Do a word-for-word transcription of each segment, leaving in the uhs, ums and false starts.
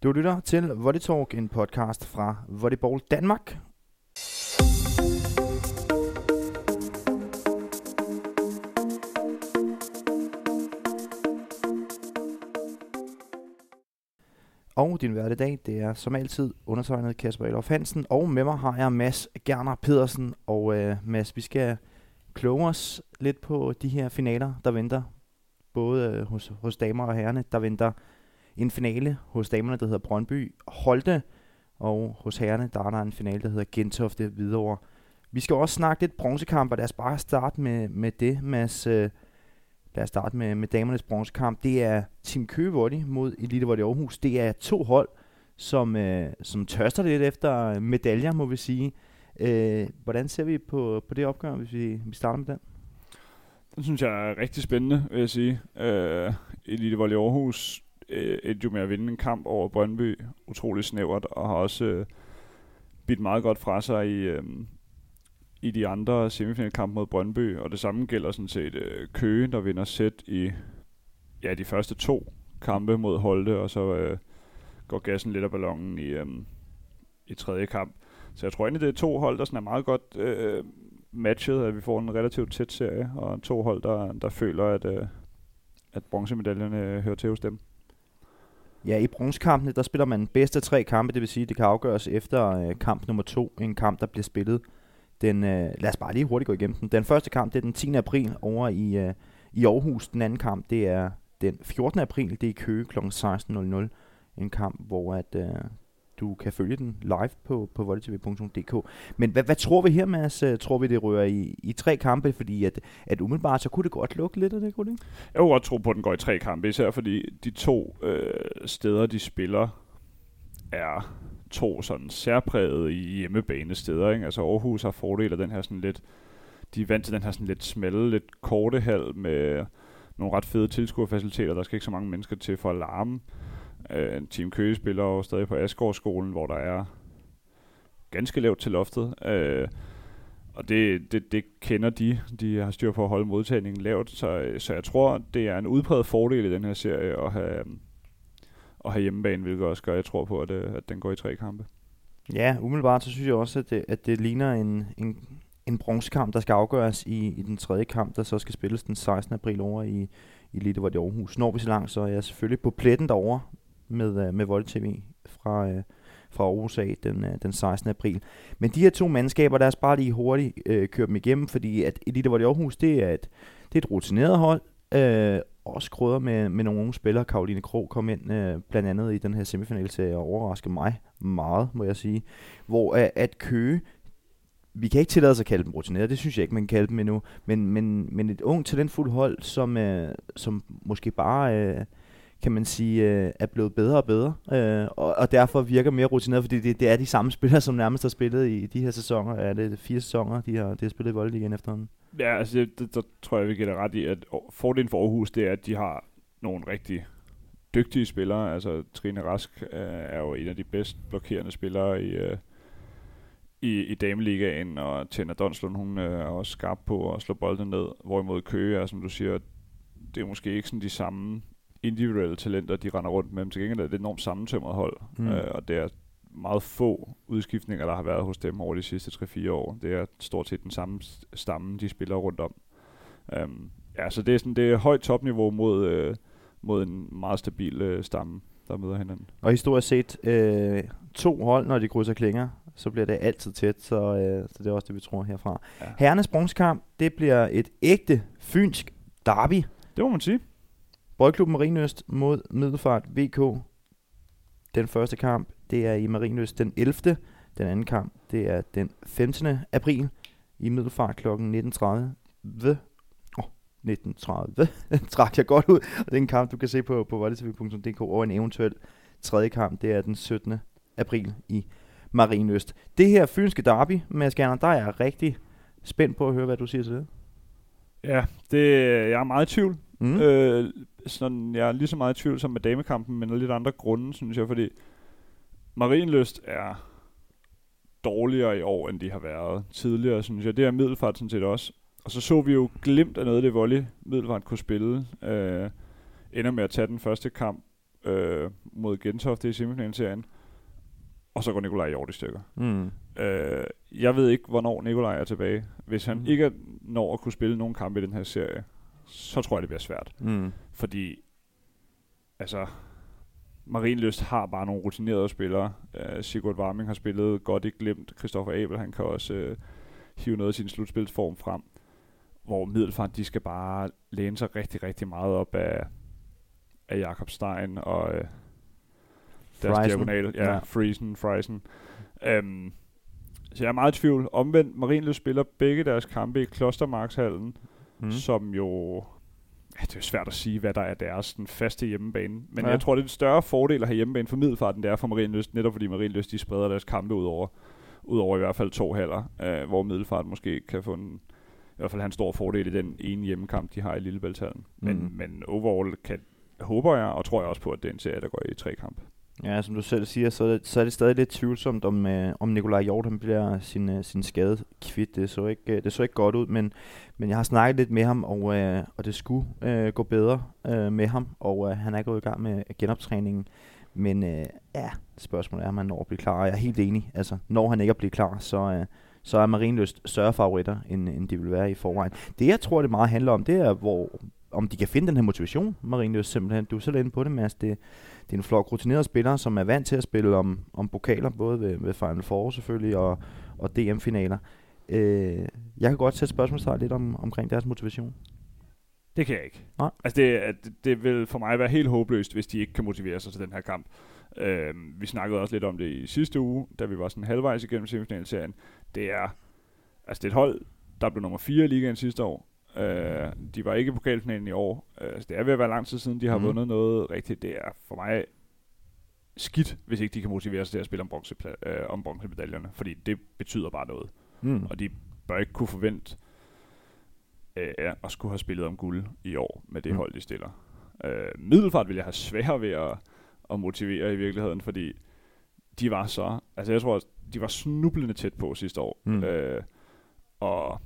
Du lytter til Volley Talk, en podcast fra Volleyball Danmark. Og din vært i dag, det er som altid undertegnet Kasper Adolf Hansen, og med mig har jeg Mads Gerner Pedersen. Og øh, Mads, vi skal kloge os lidt på de her finaler, der venter, både øh, hos, hos damer og herrerne. Der venter en finale hos damerne, der hedder Brøndby Holte, og hos herrerne, der er der en finale, der hedder Gentofte Hvidovre. Vi skal også snakke lidt bronzekamp, og lad os bare starte med, med det, Mads. Øh, lad os starte med, med damernes bronzekamp. Det er Team Køge Volley mod Elite Volley Aarhus. Det er to hold, som, øh, som tørster lidt efter medaljer, må vi sige. Øh, hvordan ser vi på, på det opgør, hvis vi, vi starter med den? Den synes jeg er rigtig spændende, vil jeg sige. Øh, Elite Volley Aarhus øh, endte jo med at vinde en kamp over Brøndby, utrolig snævert, og har også øh, bidt meget godt fra sig i, øh, i de andre semifinalkampe mod Brøndby, og det samme gælder sådan set øh, Køge, der vinder sæt i ja, de første to kampe mod Holte, og så øh, går gassen lidt af ballonen i, øh, i tredje kamp. Så jeg tror egentlig, det er to hold, der sådan er meget godt øh, matchet, at vi får en relativt tæt serie, og to hold, der, der føler, at, øh, at bronzemedaljerne hører til hos dem. Ja, i bronzekampene, der spiller man bedst af tre kampe, det vil sige, at det kan afgøres efter øh, kamp nummer to, en kamp, der bliver spillet. Den, øh, lad os bare lige hurtigt gå igennem den. Den første kamp, det er den tiende april over i, øh, i Aarhus. Den anden kamp, det er den fjortende april, det er i Køge klokken seksten nul nul. En kamp, hvor at, øh, du kan følge den live på, på volleytv punktum d k. Men hvad, hvad tror vi her, Mads? Tror vi, det rører i, i tre kampe? Fordi at, at umiddelbart, så kunne det godt lukke lidt af det, kunne det ikke? Jeg kunne godt tro på, at den går i tre kampe, især fordi de to øh, steder, de spiller, er to sådan særprægede hjemmebanesteder, ikke? Altså Aarhus har fordel af den her sådan lidt, de er vant til den her sådan lidt smalle, lidt korte hal med nogle ret fede tilskuerfaciliteter. Der skal ikke så mange mennesker til for at larme. Uh, Team Køge spiller jo stadig på Asgårdsskolen, hvor der er ganske lavt til loftet. Uh, og det, det, det kender de. De har styr på at holde modtagningen lavt. Så, så jeg tror, det er en udpræget fordel i den her serie at have, at have hjemmebane, hvilket også gør, jeg tror på, at, at den går i tre kampe. Ja, umiddelbart så synes jeg også, at det, at det ligner en, en, en bronzekamp, der skal afgøres i, i den tredje kamp, der så skal spilles den sekstende april over i, i Elite Volley Aarhus. Når vi så langt, så er jeg selvfølgelig på pletten derovre med, med VolleyTV fra, øh, fra Aarhus af den, øh, den sekstende april. Men de her to mandskaber, lad os bare lige hurtigt øh, køre dem igennem, fordi at Elite Volley Aarhus, det er et, det er et rutineret hold, øh, også krydder med, med nogle unge spillere. Karoline Krog kom ind øh, blandt andet i den her semifinalserie og overraskede mig meget, må jeg sige. Hvor øh, at Køge, vi kan ikke tillade os at kalde dem rutineret, det synes jeg ikke, man kan kalde dem endnu, men, men, men et ungt talentfuldt hold, som, øh, som måske bare... Øh, kan man sige, øh, er blevet bedre og bedre, øh, og, og derfor virker mere rutineret, fordi det, det er de samme spillere, som nærmest har spillet i de her sæsoner. Er det fire sæsoner, de har, de har spillet i Volley igen efterhånden? Ja, altså det, det, der tror jeg, vi giver det ret i, at fordelen for Aarhus, det er, at de har nogle rigtig dygtige spillere. Altså Trine Rask øh, er jo en af de bedst blokerende spillere i, øh, i, i dameligaen, og Tina Donslund, hun øh, er også skarp på at slå bolden ned, hvorimod Køge er, som du siger, det er måske ikke sådan de samme individuelle talenter, de render rundt med, men til gengæld er det et enormt sammentømret hold, mm. øh, og det er meget få udskiftninger, der har været hos dem over de sidste tre fire år. Det er stort set den samme stamme, de spiller rundt om. Um, ja, så det er sådan, det er højt topniveau mod, øh, mod en meget stabil øh, stamme, der møder hinanden. Og historisk set, øh, to hold, når de krydser klinger, så bliver det altid tæt, så, øh, så det er også det, vi tror herfra. Ja. Herrenes bronzekamp, det bliver et ægte fynsk derby. Det må man sige. Boldklubben Marienlyst mod Middelfart V K. Den første kamp, det er i Marienlyst den ellevte. Den anden kamp, det er den femtende april i Middelfart klokken nitten tredive. Oh, nitten tredive. Trak jeg godt ud. Og det er en kamp, du kan se på, på volleytv punktum d k. Og en eventuel tredje kamp, det er den syttende april i Marienlyst. Det her fynske derby, Mads Gerner, der er jeg rigtig spændt på at høre, hvad du siger til det. Ja, det, jeg er meget i tvivl. Mm. Øh, sådan, jeg er lige så meget i tvivl som med damekampen, men af lidt andre grunde, synes jeg, fordi Marienlyst er dårligere i år, end de har været tidligere, synes jeg. Det er Middelfart sådan set også. Og så så vi jo glimt af noget af det volley, Middelfart kunne spille. Øh, ender med at tage den første kamp øh, mod Gentofte i semifinalserien, og så går Nikolaj Hjort i stykker. Mm. Øh, jeg ved ikke, hvornår Nikolaj er tilbage. Hvis han mm. ikke når at kunne spille nogen kampe i den her serie, så tror jeg, det bliver svært. Mm. Fordi, altså, Marienlyst har bare nogle rutinerede spillere. Uh, Sigurd Warming har spillet godt i Glimt. Christoffer Abel, han kan også uh, hive noget af sin slutspilsform frem. Hvor Middelfart, de skal bare læne sig rigtig, rigtig meget op af, af Jakob Stein og uh, deres diagonal. Ja, ja. Friesen, Friesen. Um, så jeg er meget i tvivl. Omvendt, Marienlyst spiller begge deres kampe i Klostermarkshallen, mm. som jo... Ja, det er svært at sige, hvad der er deres den faste hjemmebane. Men ja. jeg tror, det er en større fordel at have hjemmebane for Middelfarten, det er for Marienlyst, netop fordi Marienlyst, de spreder deres kampe ud over, ud over i hvert fald to haller, øh, hvor Middelfart måske kan få en, i hvert fald have en stor fordel i den ene hjemmekamp, de har i Lillebæltshallen. Mm. Men, men overall kan, håber jeg, og tror jeg også på, at det er en serie, der går i tre kamp. Ja, som du selv siger, så er det, så er det stadig lidt tvivlsomt, om, øh, om Nikolaj Hjort han bliver sin, øh, sin skade kvidt. Det så ikke, øh, det så ikke godt ud, men, men jeg har snakket lidt med ham, og, øh, og det skulle øh, gå bedre øh, med ham, og øh, han er gået i gang med genoptræningen. Men øh, ja, spørgsmålet er, om han når at blive klar, og jeg er helt enig. Altså, når han ikke er blevet klar, så, øh, så er Marienlyst større favoritter, end, end de vil være i forvejen. Det, jeg tror, det meget handler om, det er, hvor, om de kan finde den her motivation, Marienlyst simpelthen. Du er selv inde på det, Mads. Det, det er en flok rutinerede spillere, som er vant til at spille om, om pokaler, både ved, ved Final Four selvfølgelig, og, og D M-finaler. Øh, jeg kan godt sætte spørgsmålstegn lidt om, omkring deres motivation. Det kan jeg ikke. Nej. Altså det, det, det vil for mig være helt håbløst, hvis de ikke kan motivere sig til den her kamp. Øh, vi snakkede også lidt om det i sidste uge, da vi var sådan halvvejs igennem semifinalserien. Det er, altså det er et hold, der blev nummer fire i ligaen sidste år. Uh, de var ikke i pokalfinalen i år. Uh, altså det er ved at være lang tid siden, de har mm. vundet noget rigtigt. Det er for mig skidt, hvis ikke de kan motivere sig til at spille om, bronze, uh, om bronzemedaljerne. Fordi det betyder bare noget. Mm. Og de bør ikke kunne forvente uh, at skulle have spillet om guld i år med det mm. hold, de stiller. Uh, Middelfart vil jeg have sværere ved at, at motivere i virkeligheden, fordi de var så... Altså jeg tror, de var snublende tæt på sidste år. Mm. Uh, og...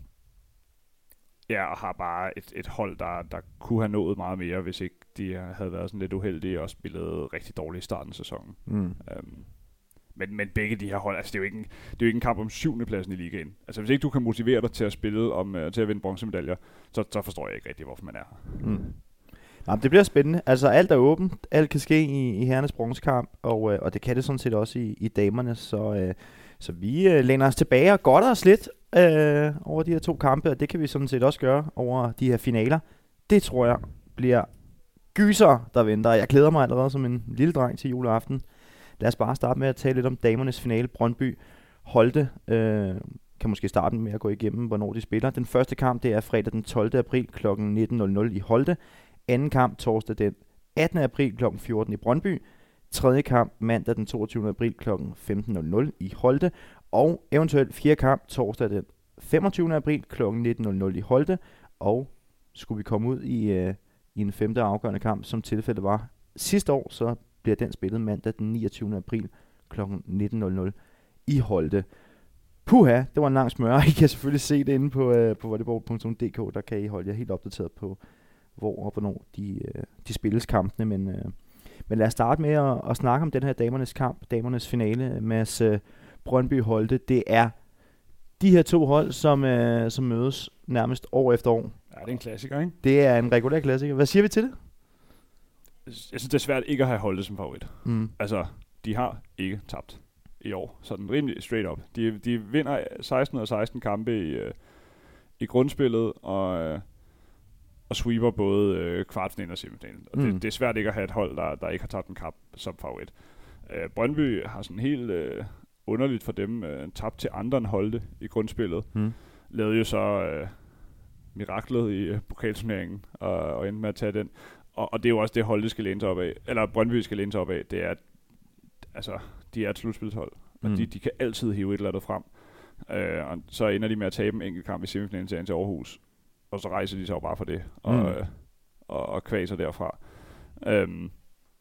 Ja, og har bare et, et hold, der, der kunne have nået meget mere, hvis ikke de havde været sådan lidt uheldige og spillet rigtig dårligt i starten af sæsonen. Mm. Um, men, men begge de her hold, altså det er jo ikke en, det er jo ikke en kamp om syvende pladsen i ligaen. Altså hvis ikke du kan motivere dig til at spille om uh, til at vinde bronzemedaljer, så, så forstår jeg ikke rigtig, hvorfor man er her. Mm. Nå, det bliver spændende. Altså alt er åbent, alt kan ske i, i herrenes bronzekamp, og, øh, og det kan det sådan set også i, i damernes, så, øh, så vi øh, læner os tilbage og godter os lidt øh, over de her to kampe, og det kan vi sådan set også gøre over de her finaler. Det tror jeg bliver gyser, der venter. Jeg glæder mig allerede som en lille dreng til juleaften. Lad os bare starte med at tale lidt om damernes finale. Brøndby Holte øh, kan måske starte med at gå igennem, hvornår de spiller. Den første kamp, det er fredag den tolvte april kl. nitten nul nul i Holte. Anden kamp torsdag den attende april kl. fjorten i Brøndby. Tredje kamp mandag den toogtyvende april kl. femten nul nul i Holte. Og eventuelt fjerde kamp torsdag den femogtyvende april kl. nitten nul nul i Holte. Og skulle vi komme ud i, øh, i en femte afgørende kamp, som tilfældet var sidste år, så bliver den spillet mandag den niogtyvende april kl. nitten nul nul i Holte. Puha, det var en lang smør. I kan selvfølgelig se det inde på, øh, på volleyball punktum d k. Der kan I holde jer helt opdateret på, hvor og hvornår de, øh, de spilles kampene. Men, øh, men lad os starte med at, at snakke om den her damernes kamp, damernes finale. Mads, øh, Brøndby Holte, det er de her to hold, som, øh, som mødes nærmest år efter år. Ja, det er en klassiker, ikke? Det er en regulær klassiker. Hvad siger vi til det? Jeg synes, det er svært ikke at have Holte som favorit. Mm. Altså, de har ikke tabt i år. Sådan rimelig straight up. De, de vinder seksten ud af seksten kampe i, øh, i grundspillet, og, øh, og sweeper både øh, kvartfinalen og semifinalen. Og mm. det, det er svært ikke at have et hold, der, der ikke har tabt en kamp som favorit. Øh, Brøndby har sådan helt øh, underligt for dem øh, tabt til andre end Holte i grundspillet. Mm. Lavede jo så øh, miraklet i øh, pokalturneringen, og, og endte med at tage den. Og, og det er jo også det, Holte skal læne sig op af, eller Brøndby skal læne sig op af, det er, altså, de er et slutspilshold, og mm. de, de kan altid hive et eller andet frem. Øh, og så ender de med at tabe en enkelt kamp i semifinalen til Aarhus, og så rejser de sig jo bare for det, og, mm. øh, og, og kvaser derfra. Øhm,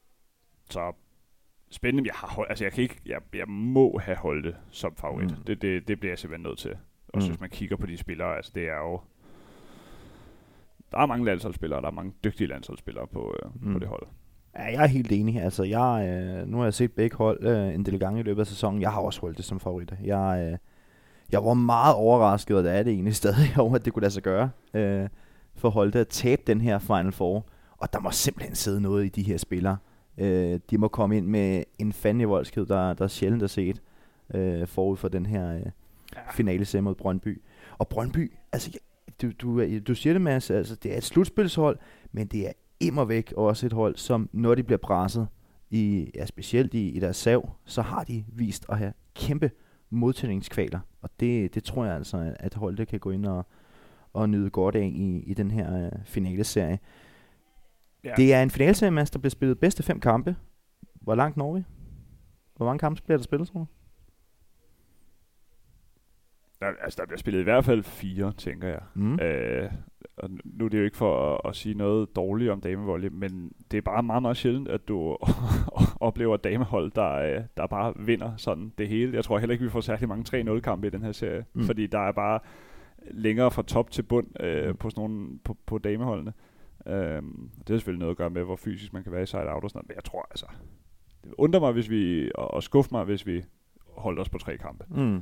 så spændende, jeg har altså jeg kan ikke, jeg, jeg må have Holte som favorit. Mm. Det, det, det bliver jeg simpelthen nødt til. Og mm. hvis man kigger på de spillere, altså det er jo, der er mange landsholdsspillere, der er mange dygtige landsholdsspillere på, øh, mm. på det hold. Ja, jeg er helt enig. Altså, jeg, øh, nu har jeg set begge hold øh, en del gange i løbet af sæsonen. Jeg har også holdt det som favoritter. Jeg, øh, jeg var meget overrasket, og det er det egentlig stadig over, at det kunne lade sig gøre. Øh, for Holte at tabe den her Final Four. Og der må simpelthen sidde noget i de her spillere. Øh, de må komme ind med en fandelig voldsked, der, der sjældent er set øh, forud for den her øh, finale mod Brøndby. Og Brøndby, altså, du, du, du siger det, Mads, altså, det er et slutspilshold, men det er immervæk også et hold, som når de bliver presset, i, ja, specielt i, i deres sav, så har de vist at have kæmpe modtagningskvaler. Og det, det tror jeg altså, at holdet kan gå ind og, og nyde godt af i, i den her øh, finaleserie. Ja. Det er en finaleserie, Mads, der bliver spillet bedste fem kampe. Hvor langt når vi? Hvor mange kampe bliver der spillet, tror du? Der, altså, der bliver spillet i hvert fald fire, tænker jeg. Mm. Øh, og nu er det jo ikke for at, at sige noget dårligt om damevolley, men det er bare meget, meget sjældent, at du oplever damehold, der, der bare vinder sådan det hele. Jeg tror heller ikke, vi får særlig mange tre nul kampe i den her serie, mm. fordi der er bare længere fra top til bund øh, på, sådan nogle, på, på dameholdene. Um, det er selvfølgelig noget at gøre med, hvor fysisk man kan være i side-out og sådan noget, men jeg tror altså, det undrer mig, hvis vi, og, og skuffer mig, hvis vi holder os på tre kampe. Mm.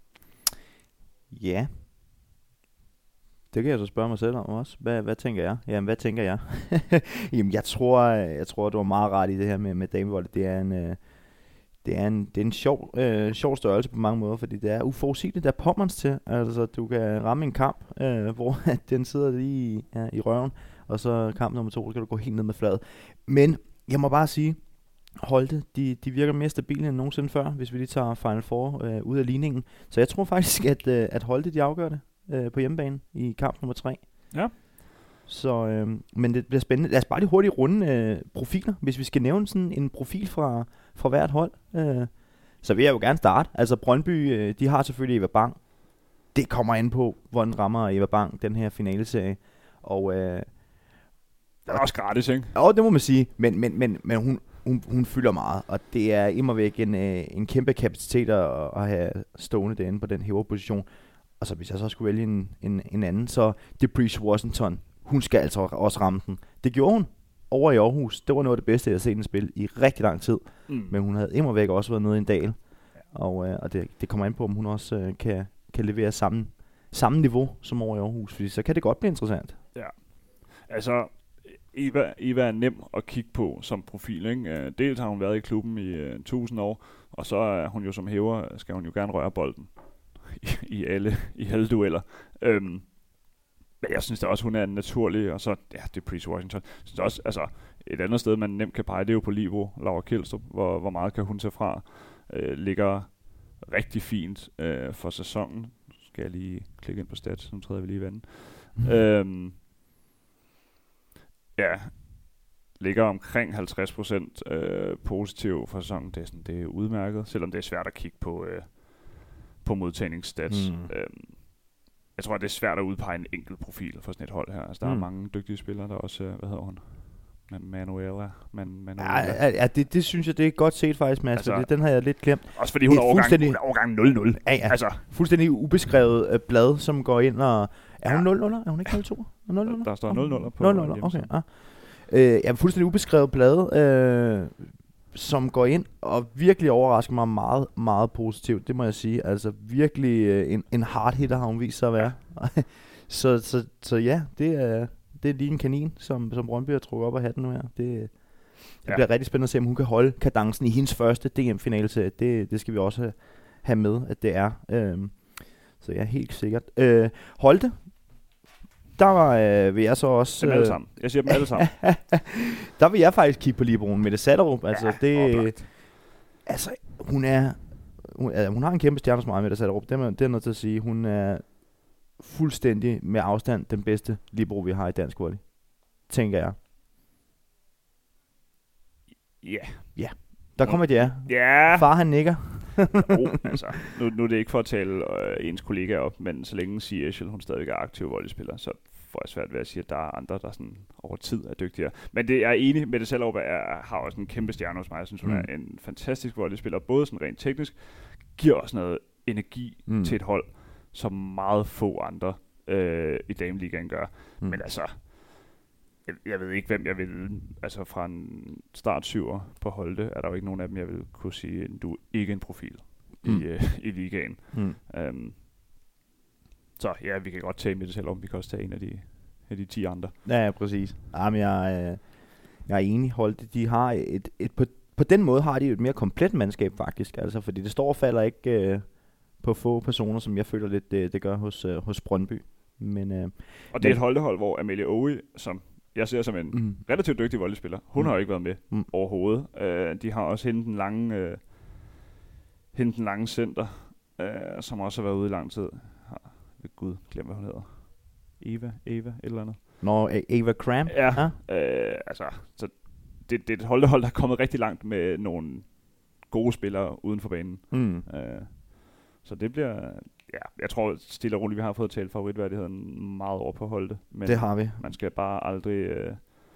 Ja. Det kan jeg så spørge mig selv om også. Hvad, hvad tænker jeg? Jamen, hvad tænker jeg? Jamen, jeg tror, jeg tror, du har meget ret i det her med, med damevolley. Det er en, øh, det er en, det er en sjov, øh, sjov størrelse på mange måder, fordi det er uforudsigeligt, der er pommers til. Altså, du kan ramme en kamp, øh, hvor den sidder lige i, ja, i røven, og så kamp nummer to, så kan du gå helt ned med fladet. Men jeg må bare sige, Holte, de, de virker mere stabile end nogensinde før, hvis vi lige tager Final Four øh, ud af ligningen. Så jeg tror faktisk, at, øh, at Holte, de afgør det øh, på hjemmebane i kamp nummer tre. Ja. Så, øh, men det bliver spændende. Lad os bare lige hurtigt runde øh, profiler, hvis vi skal nævne sådan en profil fra, fra hvert hold. Øh, så vil jeg jo gerne starte. Altså Brøndby, øh, de har selvfølgelig Eva Bang. Det kommer an på, hvordan rammer Eva Bang den her finaleserie. Og øh, det er også gratis, ikke? Ja, det må man sige. Men, men, men, men hun, hun, hun fylder meget, og det er immervæk en, øh, en kæmpe kapacitet at, at have stående derinde på den hæverposition. Og så hvis jeg så skulle vælge en, en, en anden, så Depreece Washington, hun skal altså også ramme den. Det gjorde hun over i Aarhus. Det var noget af det bedste, jeg har set hende spille i rigtig lang tid. Mm. Men hun havde immervæk også været nede i en dal. Ja. Og, øh, og det, det kommer an på, om hun også øh, kan, kan levere samme, samme niveau som over i Aarhus. Fordi så kan det godt blive interessant. Ja, altså Eva, Eva er nem at kigge på som profil, ikke? Dels har hun været i klubben i uh, tusind år, og så er hun jo som hæver, skal hun jo gerne røre bolden i, i alle i alle dueller. Øhm, men jeg synes da også, hun er naturlig, og så, ja, det er Depreece Washington. Jeg synes også, altså, et andet sted, man nemt kan pege, det er jo på Libro, Laura Kjeldstrup, hvor, hvor meget kan hun tage fra. Øh, ligger rigtig fint øh, for sæsonen. Nu skal jeg lige klikke ind på stats, nu træder vi lige i vandet. Mm. Øhm, Ja, ligger omkring halvtreds procent øh, positiv for sæsonen. Det er, sådan, det er udmærket, selvom det er svært at kigge på, øh, på modtagningsstats. Mm. Øhm, jeg tror, det er svært at udpege en enkelt profil for sådan et hold her. Altså, der mm. er mange dygtige spillere, der også, øh, hvad hedder hun? Manuela. Man, Manuela. Ja, ja det, det synes jeg, det er godt set faktisk, Mads. Altså, den har jeg lidt glemt. Også fordi hun er overgang, hun er overgang nul nul. Ja, ja. Altså. Fuldstændig ubeskrevet øh, blad, som går ind og... Er ja. hun nul nul? Er hun ikke nul to? nul nul? Der står nul nul på nul nul, okay. Ah. Øh, ja, fuldstændig ubeskrevet blad, øh, som går ind og virkelig overrasker mig meget, meget positivt. Det må jeg sige. Altså virkelig øh, en, en hard hitter har hun vist sig at være. så, så, så ja, det er... Det er lige en kanin, som, som Brøndby har trukket op af hatten nu her. Det, det ja. bliver rigtig spændende at se, om hun kan holde kadencen i hendes første D M-finale. Det, det skal vi også have med, at det er. Øhm, så ja, helt sikkert. Øh, Holte, der var, øh, vil jeg så også... Dem alle sammen. Jeg siger dem alle sammen. Der vil jeg faktisk kigge på Libroen med det Satterup. Altså, ja, det, altså, hun er... Hun, altså, hun har en kæmpe stjerne som mig med det Satterup. Det er, det er noget til at sige. Hun er... fuldstændig med afstand den bedste libero, vi har i dansk volley. Tænker jeg. Ja. Yeah. Ja. Der kommer et ja. Ja. Yeah. Far, han nikker. oh, altså, nu, nu er det ikke for at tale øh, ens kollega op, men så længe C. Eschel, hun stadigvæk er aktiv volleyspiller, så får jeg svært ved at sige, at der er andre, der sådan over tid er dygtigere. Men det, jeg er enig med det selv over, at har også en kæmpe stjerne hos mig. Jeg synes, hun mm. er en fantastisk volleyspiller, både sådan rent teknisk, giver også noget energi mm. til et hold, som meget få andre øh, i dameligaen gør. Mm. Men altså, jeg, jeg ved ikke, hvem jeg vil, altså fra en start syver på Holte, er der jo ikke nogen af dem, jeg vil kunne sige, du er ikke en profil mm. i, øh, i ligaen. Mm. Um, så ja, vi kan godt tage med det selv om, vi kan også tage en af de, af de ti andre. Ja, ja, præcis. Jamen, jeg, øh, jeg er enig, Holte, de har et, et på, på den måde har de jo et mere komplet mandskab faktisk, altså fordi det står og falder ikke øh, på få personer, som jeg føler lidt, det, det gør hos, øh, hos Brøndby. Men, øh, og det er et Holtehold, hvor Amalie Owe, som jeg ser som en mm. relativt dygtig volleyspiller, hun mm. har jo ikke været med mm. overhovedet. Uh, de har også hende den lange, uh, hende den lange center, uh, som også har været ude i lang tid. Har, ved Gud, glem hvad hun hedder. Eva, Eva, et eller andet. Nå, Eva Cram? Ja, ah? uh, altså, så det, det er et Holtehold, der er kommet rigtig langt med nogle gode spillere uden for banen. Mm. Uh, så det bliver... Ja, jeg tror stille og roligt, vi har fået talt favoritværdigheden meget over på Holte. Men det har vi. Man skal bare aldrig øh,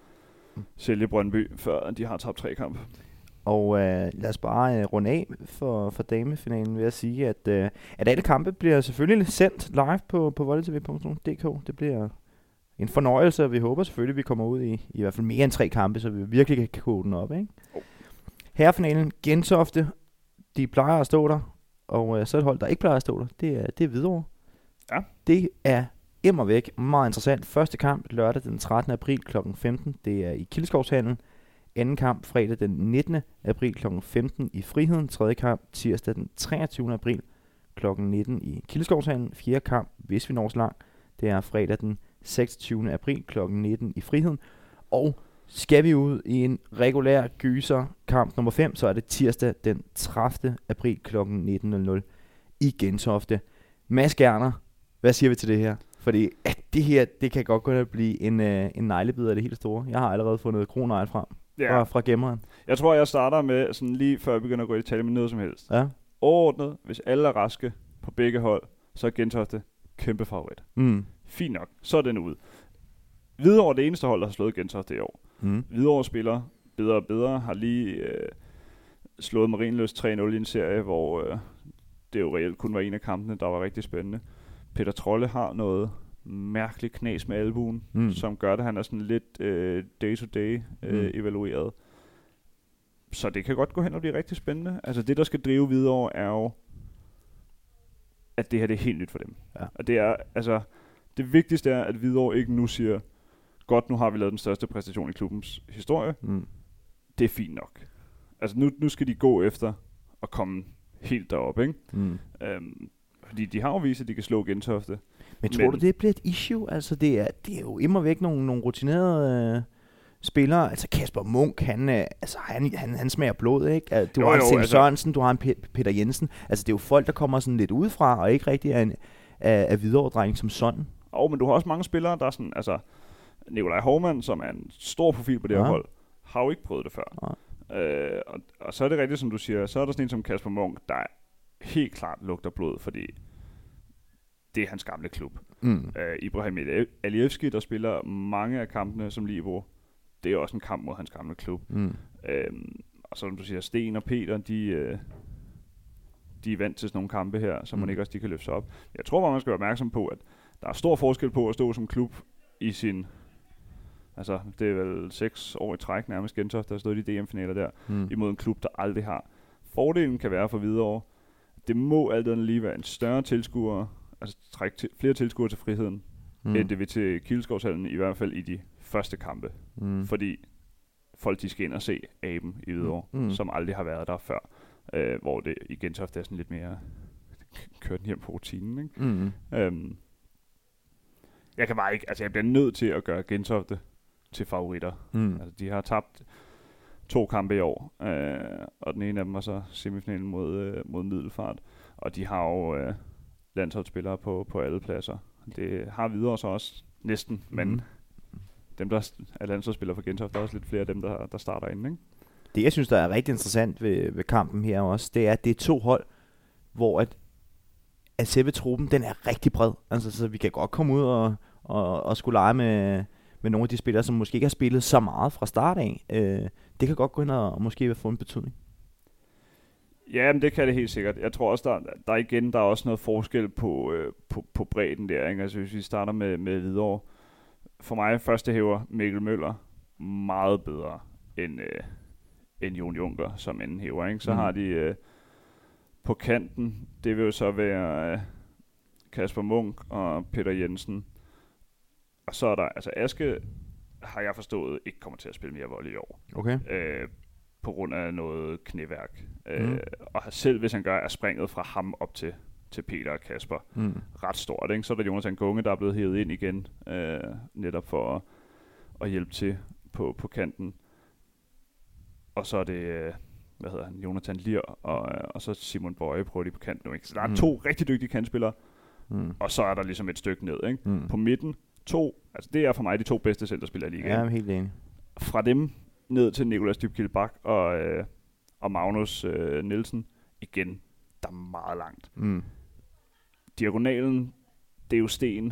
sælge Brøndby, før de har tabt tre kampe. Og øh, lad os bare øh, runde af for, for damefinalen ved at sige, at, øh, at alle kampe bliver selvfølgelig sendt live på, på volleytv punktum d k. Det bliver en fornøjelse, og vi håber selvfølgelig, at vi kommer ud i i hvert fald mere end tre kampe, så vi virkelig kan kode den op. Ikke? Oh. Herrefinalen, Gentofte, de plejer at stå der. Og øh, så et hold, der ikke plejer at stå der, det er, det er Hvidovre. Ja. Det er immervæk meget interessant. Første kamp lørdag den trettende april klokken femten. Det er i Kildeskovshallen. Anden kamp fredag den nittende april klokken femten i Friheden. Tredje kamp tirsdag den treogtyvende april klokken nitten i Kildeskovshallen. Fjerde kamp, hvis vi når så langt, det er fredag den seksogtyvende april klokken nitten i Friheden. Og skal vi ud i en regulær gyser kamp nummer fem, så er det tirsdag den tredivte april klokken nitten i Gentofte. Mads Gerner, hvad siger vi til det her? Fordi at det her, det kan godt gå at blive en, øh, en neglebid af det helt store. Jeg har allerede fundet kronegl frem ja. fra, fra gemmeren. Jeg tror, jeg starter med, sådan lige før jeg begynder at gå i detalje med noget som helst. Ja. Overordnet, hvis alle er raske på begge hold, så er Gentofte kæmpe favorit. Mm. Fint nok, så er den ud. Hvidovre er det eneste hold, der har slået Gentofte i år. Mm. Hvidovre spiller bedre og bedre, har lige øh, slået Marienlyst tre nul i en serie, hvor øh, det jo reelt kun var en af kampene, der var rigtig spændende. Peter Trolle har noget mærkeligt knas med albuen, mm. som gør det, han er sådan lidt øh, day-to-day øh, mm. evalueret. Så det kan godt gå hen og blive rigtig spændende. Altså det, der skal drive videre, er jo, at det her det er helt nyt for dem. Ja. Og det er, altså, det vigtigste er, at Hvidovre ikke nu siger, godt, nu har vi lavet den største præstation i klubbens historie. Mm. Det er fint nok. Altså nu, nu skal de gå efter at komme helt derop, ikke? Mm. Øhm, fordi de har jo vist, at de kan slå Gentofte. Men tror Men, du, det bliver et issue? Altså det er, det er jo immervæk nogle, nogle rutinerede øh, spillere. Altså Kasper Munk, han, øh, altså, han, han, han smager blod, ikke? Du jo, har en Sten altså, Sørensen, du har en P- Peter Jensen. Altså det er jo folk, der kommer sådan lidt udefra, og ikke rigtig er en af, af Hvidovre-dreng som sådan. Jo, men du har også mange spillere, der er sådan, altså Nikolaj Hovmann, som er en stor profil på det ja. her hold, har jo ikke prøvet det før. Ja. Øh, og, og så er det rigtigt, som du siger, så er der sådan en som Kasper Munk, der helt klart lugter blod, fordi det er hans gamle klub. Mm. Øh, Ibrahim Alievski, der spiller mange af kampene som Libro, det er også en kamp mod hans gamle klub. Mm. Øh, og så som du siger, Sten og Peter, de, øh, de er vant til sådan nogle kampe her, så mm. man ikke også de kan løfte sig op. Jeg tror bare, man skal være opmærksom på, at der er stor forskel på at stå som klub i sin... Altså, det er vel seks år i træk nærmest Gentofte, der har stået i de D M-finaler der, mm. imod en klub, der aldrig har. Fordelen kan være for Hvidovre. Det må altid lige være en større tilskuer, altså trække til, flere tilskuere til Friheden, mm. end det vil til Kildeskovshallen, i hvert fald i de første kampe. Mm. Fordi folk, de skal ind og se Aben i Hvidovre, mm. som aldrig har været der før. Øh, hvor det i Gentofte er sådan lidt mere kørt hjem på rutinen, ikke? Mm. Øhm, jeg kan bare ikke, altså jeg bliver nødt til at gøre Gentofte til favoritter. Mm. Altså de har tabt to kampe i år, øh, og den ene af dem var så semifinalen mod, øh, mod Middelfart, og de har jo øh, landsholdsspillere på, på alle pladser. Det har videre så også næsten, mm. men dem der er landsholdsspillere for Gentofte, der er også lidt flere af dem, der, der starter inden, ikke? Det jeg synes, der er rigtig interessant ved, ved kampen her også, det er, at det er to hold, hvor at, at selve truppen, den er rigtig bred. Altså, så vi kan godt komme ud og, og, og skulle lege med, med nogle af de spillere, som måske ikke har spillet så meget fra start af. Øh, det kan godt gå ind og, og måske få en betydning. Ja, men det kan det helt sikkert. Jeg tror også, der, der igen der er også noget forskel på, øh, på, på bredden der. Ikke? Altså, hvis vi starter med, med Hvidovre, for mig første hæver Mikkel Møller meget bedre end, øh, end Jon Junker som anden hæver. Ikke? Så mm. har de øh, på kanten, det vil jo så være øh, Kasper Munk og Peter Jensen. Og så er der, altså Aske har jeg forstået, ikke kommer til at spille mere volley i år. Okay. Øh, på grund af noget knæværk. Øh, Mm. og selv hvis han gør, er springet fra ham op til, til Peter og Kasper Mm. ret stort. Ikke? Så er der Jonathan Gunge, der er blevet hævet ind igen, øh, netop for at, at hjælpe til på, på kanten. Og så er det, øh, hvad hedder han, Jonathan Lier, og, øh, og så Simon Bøje prøver de på kanten nu. Ikke? Så der er Mm. to rigtig dygtige kantspillere, Mm. og så er der ligesom et stykke ned. Ikke? Mm. På midten, to, altså det er for mig de to bedste centerspillere i ligaen. Ja, jeg er helt enig. Fra dem ned til Nicolas Dybkilde Bak og, øh, og Magnus øh, Nielsen, igen, der er meget langt. Mm. Diagonalen, det er jo Sten.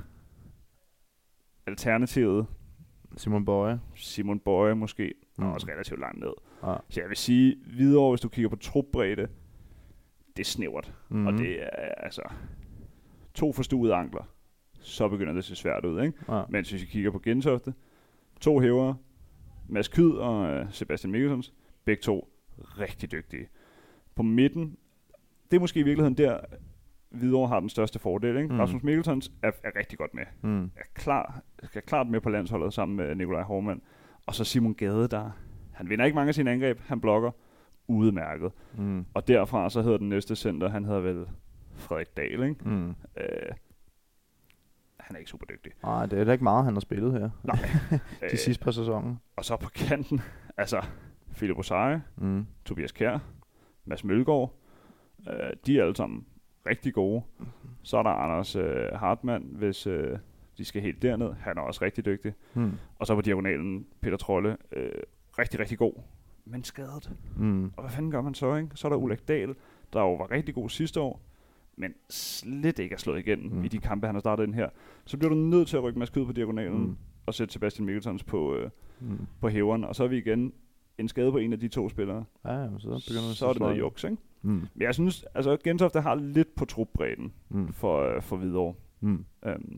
Alternativet, Simon Bøje. Simon Bøje måske, Mm. og også relativt langt ned. Ja. Så jeg vil sige, videre hvis du kigger på trupbredde, det er snævert. Mm. Og det er altså to forstuede ankler, så begynder det at se svært ud. Ikke? Ja. Mens hvis vi kigger på Gentofte, to hævere, Mads Kyd og øh, Sebastian Mikkelsons, begge to rigtig dygtige. På midten, det er måske i virkeligheden der, Hvidovre har den største fordel. Ikke? Mm. Rasmus Mikkelsons er, er rigtig godt med. Mm. Er, klar, er klart med på landsholdet sammen med Nikolaj Hormann. Og så Simon Gade, der han vinder ikke mange af sine angreb, han blokker udmærket. Mm. Og derfra så hedder den næste center, han hedder vel Frederik Dahl, ikke? Mm. Øh, han er ikke super dygtig. Nej, det er da ikke meget, han har spillet her. Nej. De øh, sidste par sæsoner. Og så på kanten, altså Philip Osaie, Mm. Tobias Kjær, Mads Mølgaard, øh, de er alle sammen rigtig gode. Så er der Anders øh, Hartmann, hvis øh, de skal helt derned. Han er også rigtig dygtig. Mm. Og så på diagonalen Peter Trolle, øh, rigtig, rigtig god, men skadet. Mm. Og hvad fanden gør man så, ikke? Så er der Ulrik Dahl, der jo var rigtig god sidste år, men slet ikke er slået igennem Mm. i de kampe, han har startet ind her. Så bliver du nødt til at rykke Mads Kyd på diagonalen Mm. og sætte Sebastian Mikkelsons på, øh, Mm. på hæveren. Og så er vi igen en skade på en af de to spillere. Ja, ja, så begynder det Så er det noget sløjt. juks, ikke? Mm. Men jeg synes, altså Gentofte har lidt på trupbredden Mm. for, øh, for Hvidovre. Mm. Um,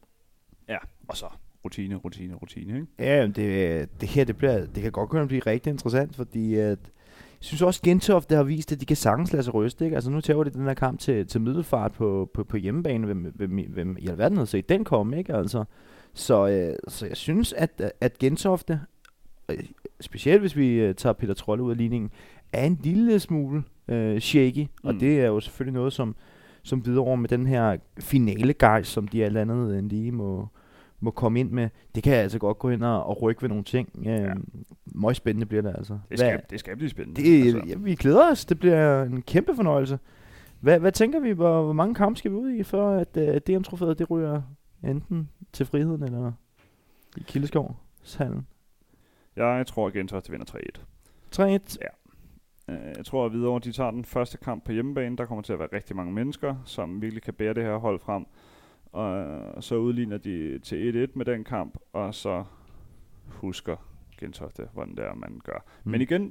ja, og så rutine, rutine, rutine, ikke? Ja, det, det her, det, bliver, det kan godt kunne blive rigtig interessant, fordi at, jeg synes også, Gentofte har vist, at de kan sagtens lade sig ryste, ikke? Altså nu tager de den her kamp til, til Middelfart på, på, på hjemmebane. Hvem, hvem, hvem i alverden havde set den komme, ikke? Altså, så, øh, så jeg synes, at, at Gentofte, øh, specielt hvis vi øh, tager Peter Trolle ud af ligningen, er en lille smule øh, shaky, mm. og det er jo selvfølgelig noget, som, som Hvidovre med den her finale-gejst, som de alt andet end lige må, må komme ind med, det kan altså godt gå ind og, og rykke ved nogle ting. Øh, ja. Meget spændende bliver det altså. Det skal, det skal blive spændende. Det, altså. ja, vi glæder os. Det bliver en kæmpe fornøjelse. Hvad, hvad tænker vi, hvor, hvor mange kampe skal vi ud i, for at uh, D M-trofæet det ryger enten til Friheden eller i Kildeskovshallen? Jeg tror, at Gentofte vinder tre et. tre et. Ja. Jeg tror, at Hvidovre de tager den første kamp på hjemmebane. Der kommer til at være rigtig mange mennesker, som virkelig kan bære det her hold frem. Og så udligner de til et et med den kamp, og så husker Gentofte, hvordan det er, man gør. Mm. Men igen,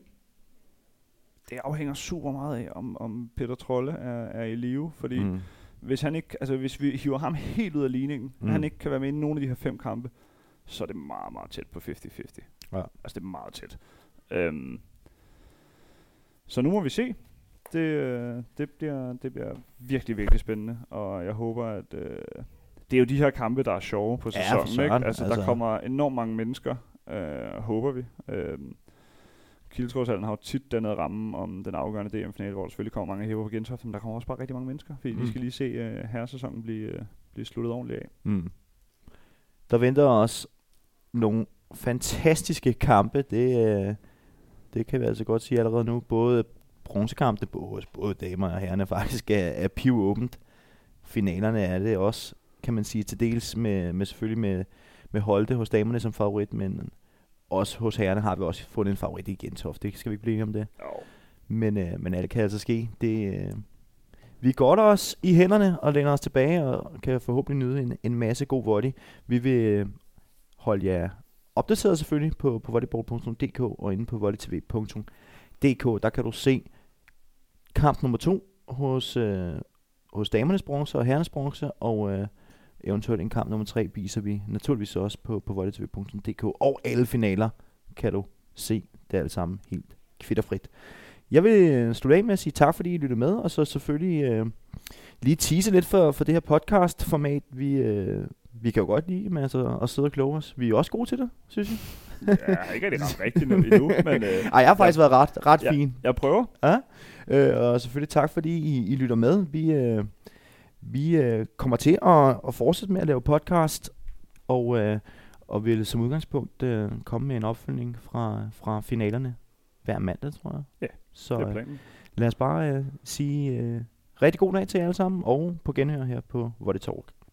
det afhænger super meget af, om, om Peter Trolle er, er i live, fordi mm. hvis han ikke, altså hvis vi hiver ham helt ud af ligningen, mm. han ikke kan være med i nogen af de her fem kampe, så er det meget, meget tæt på halvtreds halvtreds. Ja. Altså det er meget tæt. Øhm, så nu må vi se. Det, det, bliver, det bliver virkelig, virkelig spændende, og jeg håber, at øh, det er jo de her kampe, der er sjove på sæsonen. Ja, ikke? Altså, altså, der kommer enormt mange mennesker, øh, håber vi. Øh, Kildeskovshallen har jo tit dannet rammen om den afgørende D M-finale, hvor der selvfølgelig kommer mange hæver på Gentofte, men der kommer også bare rigtig mange mennesker, fordi mm. de skal lige se øh, herresæsonen blive, øh, blive sluttet ordentligt af. Mm. Der venter os nogle fantastiske kampe, det, øh, det kan vi altså godt sige allerede nu. Både bronzekampene, både, både damer og herrerne faktisk er, er pivåbent. Finalerne er det også, kan man sige, til dels med, med selvfølgelig med, med Holte hos damerne som favorit, men også hos herrerne har vi også fundet en favorit i Gentofte. Skal vi ikke blive enige om det? Jo. Men, øh, men alt kan altså ske. Det, øh, vi går os i hænderne og læner os tilbage og kan forhåbentlig nyde en, en masse god volley. Vi vil øh, holde jer opdateret selvfølgelig på, på volleyball punktum d k og inde på volleytv punktum d k. Der kan du se kamp nummer to hos, øh, hos damernes bronze og herrenes bronze, og øh, eventuelt en kamp nummer tre viser vi naturligvis også på, på volley t v punktum d k, og alle finaler kan du se. Det er alt sammen helt kvitterfrit. Jeg vil slutte af med at sige tak, fordi I lyttede med, og så selvfølgelig øh, lige tease lidt for, for det her podcast-format. Vi, øh, vi kan jo godt lide med altså, at sidde og kloge os. Vi er også gode til det, synes jeg. Ja, ikke rigtig ret rigtigt endnu, men... Øh, Ej, jeg har faktisk ja, været ret, ret ja, fin. Jeg prøver. Ja, øh, og selvfølgelig tak, fordi I, I lytter med. Vi, øh, vi øh, kommer til at, at fortsætte med at lave podcast, og, øh, og vil som udgangspunkt øh, komme med en opfølgning fra, fra finalerne hver mandag, tror jeg. Ja, så, det er planen. Lad os bare øh, sige øh, rigtig god dag til jer alle sammen, og på genhør her på Volley Talk.